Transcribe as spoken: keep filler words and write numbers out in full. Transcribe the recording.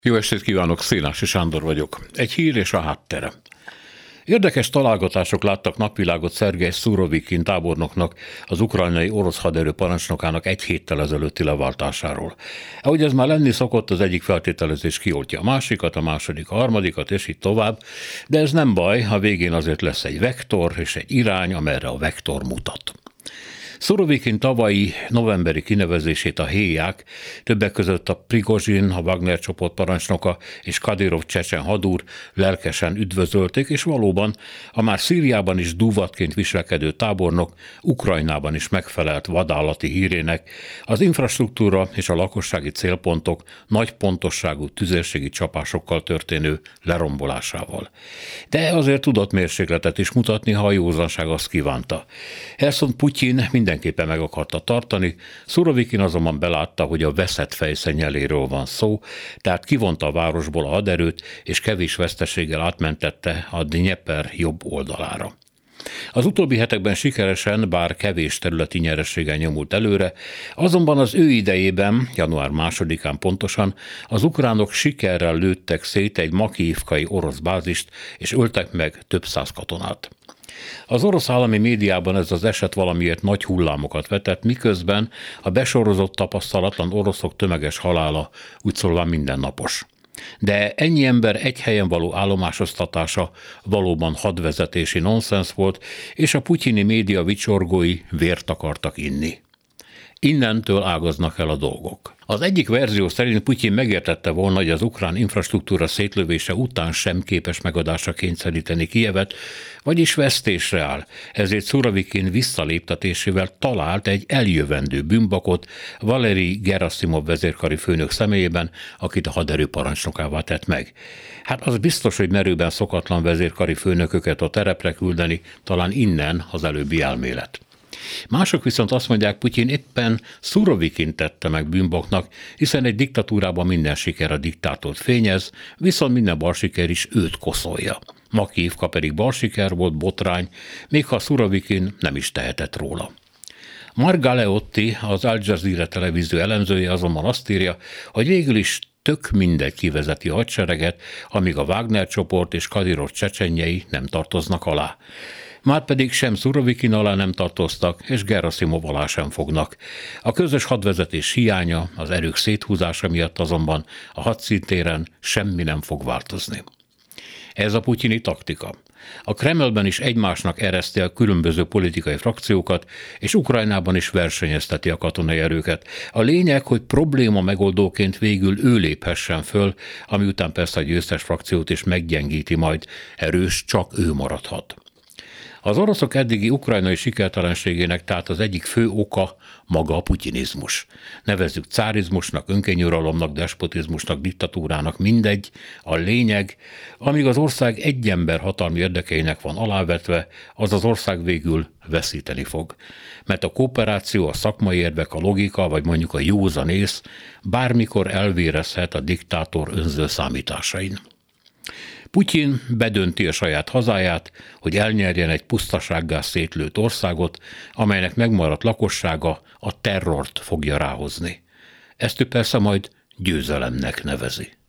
Jó estét kívánok, Szénási Sándor vagyok. Egy hír és a háttere. Érdekes találgatások láttak napvilágot Szergej Szurovikin tábornoknak, az ukrajnai orosz haderő parancsnokának egy héttel ezelőtti leváltásáról. Ahogy ez már lenni szokott, az egyik feltételezés kioltja a másikat, a második a harmadikat, és így tovább, de ez nem baj, a végén azért lesz egy vektor és egy irány, amerre a vektor mutat. Szurovikin tavalyi novemberi kinevezését a héják, többek között a Prigozsin, a Wagner csoport parancsnoka és Kadyrov csecsen hadúr lelkesen üdvözölték, és valóban a már Szíriában is dúvatként viselkedő tábornok Ukrajnában is megfelelt vadállati hírének, az infrastruktúra és a lakossági célpontok nagy pontosságú tüzérségi csapásokkal történő lerombolásával. De azért tudott mérsékletet is mutatni, ha a józanság azt kívánta. Herszont Putyin minden mindenképpen meg akarta tartani, Szurovikin azonban belátta, hogy a veszett fejszennyelőről van szó, tehát kivonta a városból a haderőt, és kevés veszteséggel átmentette a Dnyeper jobb oldalára. Az utóbbi hetekben sikeresen, bár kevés területi nyereséggel nyomult előre, azonban az ő idejében, január másodikán pontosan, az ukránok sikerrel lőttek szét egy makijivkai orosz bázist, és öltek meg több száz katonát. Az orosz állami médiában ez az eset valamiért nagy hullámokat vetett, miközben a besorozott tapasztalatlan oroszok tömeges halála úgy szólván mindennapos. De ennyi ember egy helyen való állomásoztatása valóban hadvezetési nonsens volt, és a putyini média vicsorgói vért akartak inni. Innentől ágaznak el a dolgok. Az egyik verzió szerint Putyin megértette volna, hogy az ukrán infrastruktúra szétlövése után sem képes megadásra kényszeríteni Kijevet, vagyis vesztésre áll, ezért Szurovikin visszaléptetésével talált egy eljövendő bűnbakot Valeri Gerasimov vezérkari főnök személyében, akit a haderő parancsnokává tett meg. Hát az biztos, hogy merőben szokatlan vezérkari főnököket a terepre küldeni, talán innen az előbbi elmélet. Mások viszont azt mondják, Putyin éppen Szurovikin tette meg bűnbaknak, hiszen egy diktatúrában minden siker a diktátort fényez, viszont minden balsiker is őt koszolja. Makijivka pedig balsiker volt, botrány, még ha Szurovikin nem is tehetett róla. Mark Galeotti, az Al Jazeera televízió elemzője azonban azt írja, hogy végül is tök mindegy kivezeti a hadsereget, amíg a Wagner csoport és Kadyrov csecsenjei nem tartoznak alá. Márpedig sem Szurovikin alá nem tartoztak, és Gerasimov alá sem fognak. A közös hadvezetés hiánya, az erők széthúzása miatt azonban a hadszíntéren semmi nem fog változni. Ez a putyini taktika. A Kremlben is egymásnak ereszti a különböző politikai frakciókat, és Ukrajnában is versenyezteti a katonai erőket. A lényeg, hogy probléma megoldóként végül ő léphessen föl, ami után persze a győztes frakciót is meggyengíti majd, erős csak ő maradhat. Az oroszok eddigi ukrajnai sikertelenségének tehát az egyik fő oka maga a putyinizmus. Nevezzük cárizmusnak, önkényuralomnak, despotizmusnak, diktatúrának, mindegy. A lényeg, amíg az ország egy ember hatalmi érdekeinek van alávetve, az az ország végül veszíteni fog. Mert a kooperáció, a szakmai érvek, a logika, vagy mondjuk a józanész bármikor elvérezhet a diktátor önző számításain. Putyin bedönti a saját hazáját, hogy elnyerjen egy pusztasággá szétlőtt országot, amelynek megmaradt lakossága a terrort fogja ráhozni. Ezt ő persze majd győzelemnek nevezi.